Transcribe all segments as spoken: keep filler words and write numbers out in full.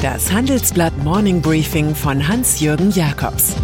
Das Handelsblatt Morning Briefing von Hans-Jürgen Jakobs.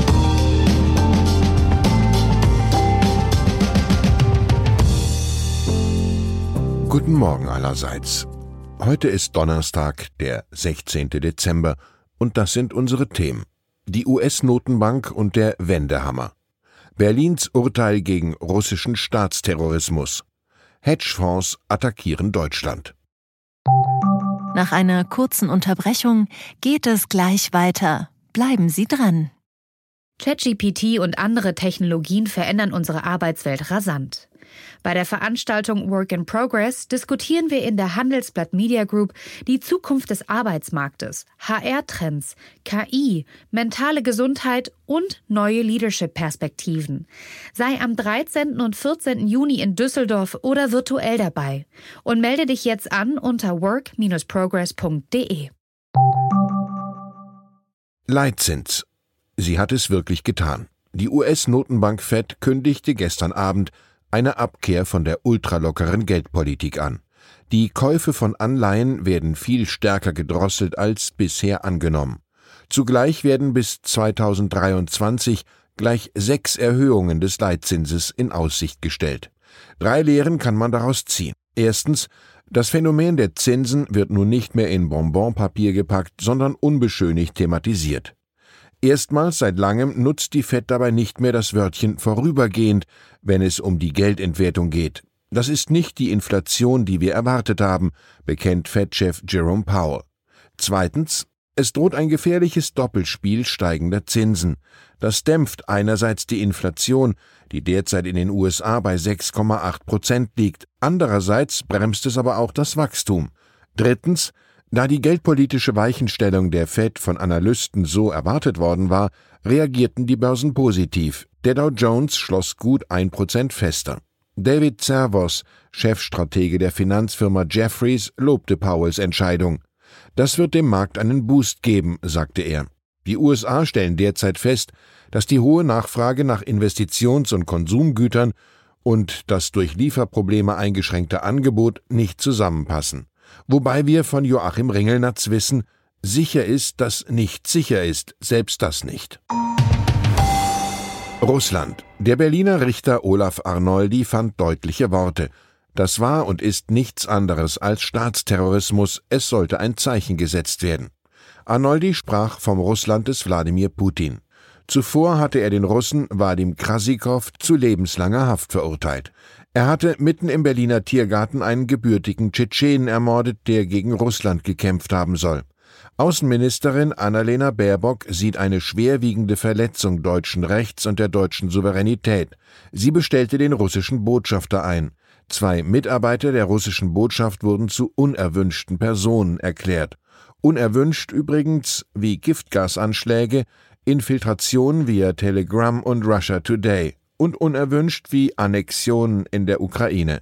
Guten Morgen allerseits. Heute ist Donnerstag, der sechzehnten Dezember, und das sind unsere Themen. Die U S-Notenbank und der Wendehammer. Berlins Urteil gegen russischen Staatsterrorismus. Hedgefonds attackieren Deutschland. Nach einer kurzen Unterbrechung geht es gleich weiter. Bleiben Sie dran. ChatGPT und andere Technologien verändern unsere Arbeitswelt rasant. Bei der Veranstaltung Work in Progress diskutieren wir in der Handelsblatt Media Group die Zukunft des Arbeitsmarktes, H R-Trends, K I, mentale Gesundheit und neue Leadership-Perspektiven. Sei am dreizehnten und vierzehnten Juni in Düsseldorf oder virtuell dabei und melde dich jetzt an unter work Bindestrich progress punkt de. Leitzins. Sie hat es wirklich getan. Die U S-Notenbank Fed kündigte gestern Abend eine Abkehr von der ultralockeren Geldpolitik an. Die Käufe von Anleihen werden viel stärker gedrosselt als bisher angenommen. Zugleich werden bis zweitausenddreiundzwanzig gleich sechs Erhöhungen des Leitzinses in Aussicht gestellt. Drei Lehren kann man daraus ziehen. Erstens, das Phänomen der Zinsen wird nun nicht mehr in Bonbonpapier gepackt, sondern unbeschönigt thematisiert. Erstmals seit langem nutzt die Fed dabei nicht mehr das Wörtchen vorübergehend, wenn es um die Geldentwertung geht. Das ist nicht die Inflation, die wir erwartet haben, bekennt Fed-Chef Jerome Powell. Zweitens, es droht ein gefährliches Doppelspiel steigender Zinsen. Das dämpft einerseits die Inflation, die derzeit in den U S A bei sechs Komma acht Prozent liegt, andererseits bremst es aber auch das Wachstum. Drittens, da die geldpolitische Weichenstellung der Fed von Analysten so erwartet worden war, reagierten die Börsen positiv. Der Dow Jones schloss gut ein Prozent fester. David Zervos, Chefstratege der Finanzfirma Jefferies, lobte Powells Entscheidung. Das wird dem Markt einen Boost geben, sagte er. Die U S A stellen derzeit fest, dass die hohe Nachfrage nach Investitions- und Konsumgütern und das durch Lieferprobleme eingeschränkte Angebot nicht zusammenpassen. Wobei wir von Joachim Ringelnatz wissen, sicher ist, dass nicht sicher ist, selbst das nicht. Russland. Der Berliner Richter Olaf Arnoldi fand deutliche Worte. Das war und ist nichts anderes als Staatsterrorismus, es sollte ein Zeichen gesetzt werden. Arnoldi sprach vom Russland des Wladimir Putin. Zuvor hatte er den Russen Wadim Krasikov zu lebenslanger Haft verurteilt. Er hatte mitten im Berliner Tiergarten einen gebürtigen Tschetschenen ermordet, der gegen Russland gekämpft haben soll. Außenministerin Annalena Baerbock sieht eine schwerwiegende Verletzung deutschen Rechts und der deutschen Souveränität. Sie bestellte den russischen Botschafter ein. Zwei Mitarbeiter der russischen Botschaft wurden zu unerwünschten Personen erklärt. Unerwünscht übrigens wie Giftgasanschläge, Infiltration via Telegram und Russia Today. Und unerwünscht wie Annexionen in der Ukraine.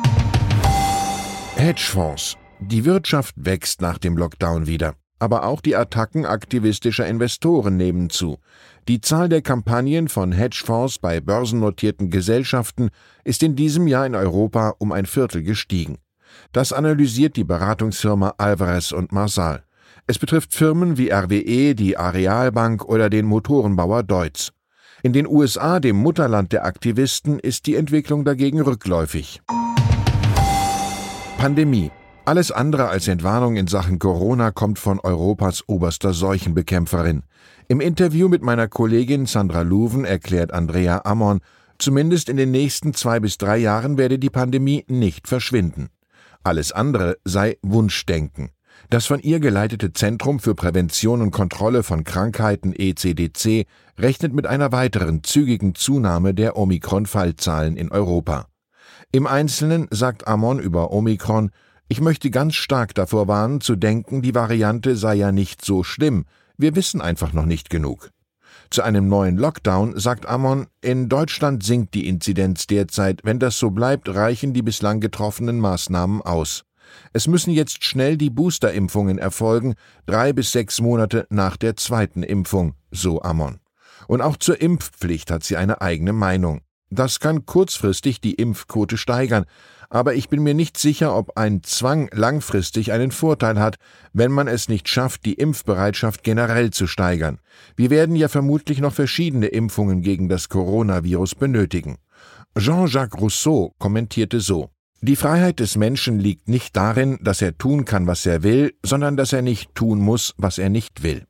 Hedgefonds. Die Wirtschaft wächst nach dem Lockdown wieder. Aber auch die Attacken aktivistischer Investoren nehmen zu. Die Zahl der Kampagnen von Hedgefonds bei börsennotierten Gesellschaften ist in diesem Jahr in Europa um ein Viertel gestiegen. Das analysiert die Beratungsfirma Alvarez und Marsal. Es betrifft Firmen wie R W E, die Arealbank oder den Motorenbauer Deutz. In den U S A, dem Mutterland der Aktivisten, ist die Entwicklung dagegen rückläufig. Pandemie. Alles andere als Entwarnung in Sachen Corona kommt von Europas oberster Seuchenbekämpferin. Im Interview mit meiner Kollegin Sandra Luven erklärt Andrea Ammon, zumindest in den nächsten zwei bis drei Jahren werde die Pandemie nicht verschwinden. Alles andere sei Wunschdenken. Das von ihr geleitete Zentrum für Prävention und Kontrolle von Krankheiten E C D C rechnet mit einer weiteren zügigen Zunahme der Omikron-Fallzahlen in Europa. Im Einzelnen sagt Ammon über Omikron: Ich möchte ganz stark davor warnen, zu denken, die Variante sei ja nicht so schlimm. Wir wissen einfach noch nicht genug. Zu einem neuen Lockdown sagt Ammon: In Deutschland sinkt die Inzidenz derzeit. Wenn das so bleibt, reichen die bislang getroffenen Maßnahmen aus. Es müssen jetzt schnell die Boosterimpfungen erfolgen, drei bis sechs Monate nach der zweiten Impfung, so Ammon. Und auch zur Impfpflicht hat sie eine eigene Meinung. Das kann kurzfristig die Impfquote steigern, Aber ich bin mir nicht sicher, ob ein Zwang langfristig einen Vorteil hat, wenn man es nicht schafft, die Impfbereitschaft generell zu steigern. Wir werden ja vermutlich noch verschiedene Impfungen gegen das Coronavirus benötigen. Jean-Jacques Rousseau kommentierte so: Die Freiheit des Menschen liegt nicht darin, dass er tun kann, was er will, sondern dass er nicht tun muss, was er nicht will.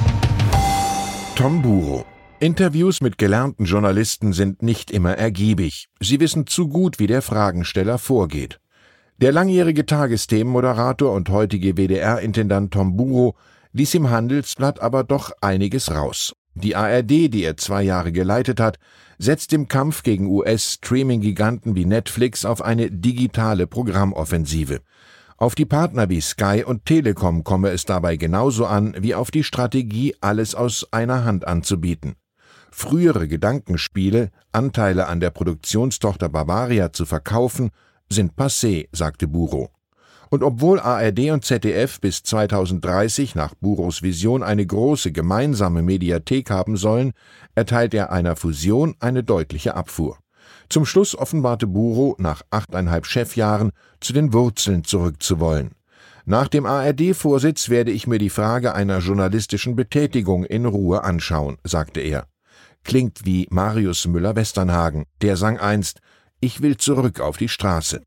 Tom Buro: Interviews mit gelernten Journalisten sind nicht immer ergiebig. Sie wissen zu gut, wie der Fragensteller vorgeht. Der langjährige Tagesthemenmoderator und heutige W D R-Intendant Tom Buro ließ im Handelsblatt aber doch einiges raus. Die A R D, die er zwei Jahre geleitet hat, setzt im Kampf gegen U S-Streaming-Giganten wie Netflix auf eine digitale Programmoffensive. Auf die Partner wie Sky und Telekom komme es dabei genauso an wie auf die Strategie, alles aus einer Hand anzubieten. Frühere Gedankenspiele, Anteile an der Produktionstochter Bavaria zu verkaufen, sind passé, sagte Buro. Und obwohl A R D und Z D F bis zweitausenddreißig nach Buros Vision eine große gemeinsame Mediathek haben sollen, erteilt er einer Fusion eine deutliche Abfuhr. Zum Schluss offenbarte Buro nach achteinhalb Chefjahren zu den Wurzeln zurückzuwollen. Nach dem A R D-Vorsitz werde ich mir die Frage einer journalistischen Betätigung in Ruhe anschauen, sagte er. Klingt wie Marius Müller-Westernhagen, der sang einst: Ich will zurück auf die Straße.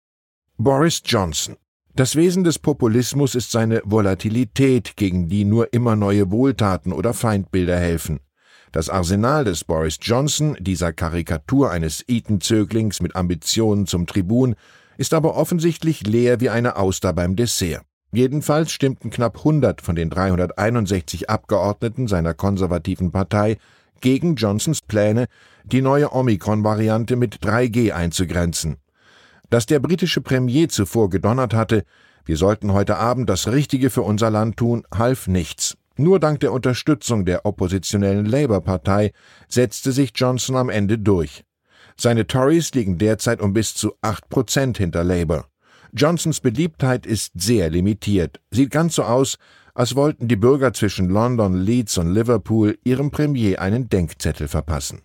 Boris Johnson: Das Wesen des Populismus ist seine Volatilität, gegen die nur immer neue Wohltaten oder Feindbilder helfen. Das Arsenal des Boris Johnson, dieser Karikatur eines Eton-Zöglings mit Ambitionen zum Tribun, ist aber offensichtlich leer wie eine Auster beim Dessert. Jedenfalls stimmten knapp hundert von den dreihunderteinundsechzig Abgeordneten seiner konservativen Partei gegen Johnsons Pläne, die neue Omikron-Variante mit drei G einzugrenzen. Dass der britische Premier zuvor gedonnert hatte, wir sollten heute Abend das Richtige für unser Land tun, half nichts. Nur dank der Unterstützung der oppositionellen Labour-Partei setzte sich Johnson am Ende durch. Seine Tories liegen derzeit um bis zu acht Prozent hinter Labour. Johnsons Beliebtheit ist sehr limitiert. Sieht ganz so aus, als wollten die Bürger zwischen London, Leeds und Liverpool ihrem Premier einen Denkzettel verpassen.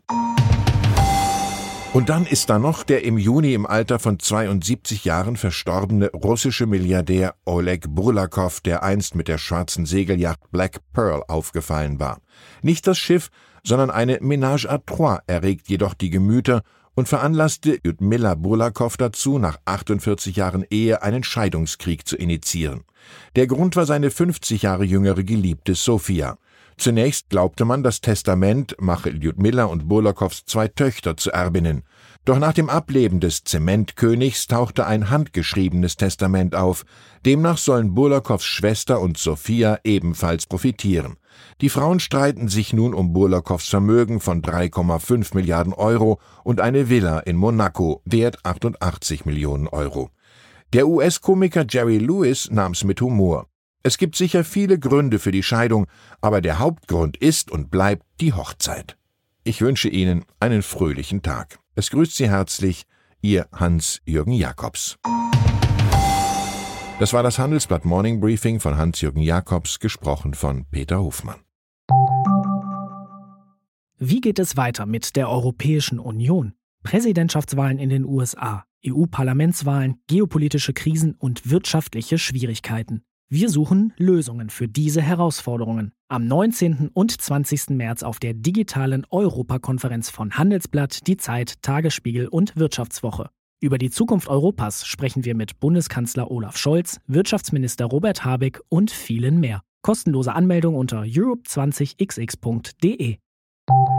Und dann ist da noch der im Juni im Alter von zweiundsiebzig Jahren verstorbene russische Milliardär Oleg Burlakow, der einst mit der schwarzen Segelyacht Black Pearl aufgefallen war. Nicht das Schiff, sondern eine Ménage à trois erregt jedoch die Gemüter und veranlasste Ljudmila Burlakow dazu, nach achtundvierzig Jahren Ehe einen Scheidungskrieg zu initiieren. Der Grund war seine fünfzig Jahre jüngere Geliebte Sofia. Zunächst glaubte man, das Testament mache Ljudmila und Burlakows zwei Töchter zu Erbinnen. Doch nach dem Ableben des Zementkönigs tauchte ein handgeschriebenes Testament auf. Demnach sollen Burlakows Schwester und Sofia ebenfalls profitieren. Die Frauen streiten sich nun um Burlakows Vermögen von drei Komma fünf Milliarden Euro und eine Villa in Monaco, wert achtundachtzig Millionen Euro. Der U S-Komiker Jerry Lewis nahm's mit Humor. Es gibt sicher viele Gründe für die Scheidung, aber der Hauptgrund ist und bleibt die Hochzeit. Ich wünsche Ihnen einen fröhlichen Tag. Es grüßt Sie herzlich, Ihr Hans-Jürgen Jakobs. Das war das Handelsblatt Morning Briefing von Hans-Jürgen Jakobs, gesprochen von Peter Hofmann. Wie geht es weiter mit der Europäischen Union? Präsidentschaftswahlen in den U S A, E U-Parlamentswahlen, geopolitische Krisen und wirtschaftliche Schwierigkeiten. Wir suchen Lösungen für diese Herausforderungen. Am neunzehnten und zwanzigsten März auf der digitalen Europakonferenz von Handelsblatt, Die Zeit, Tagesspiegel und Wirtschaftswoche. Über die Zukunft Europas sprechen wir mit Bundeskanzler Olaf Scholz, Wirtschaftsminister Robert Habeck und vielen mehr. Kostenlose Anmeldung unter europe zwanzig x x punkt de.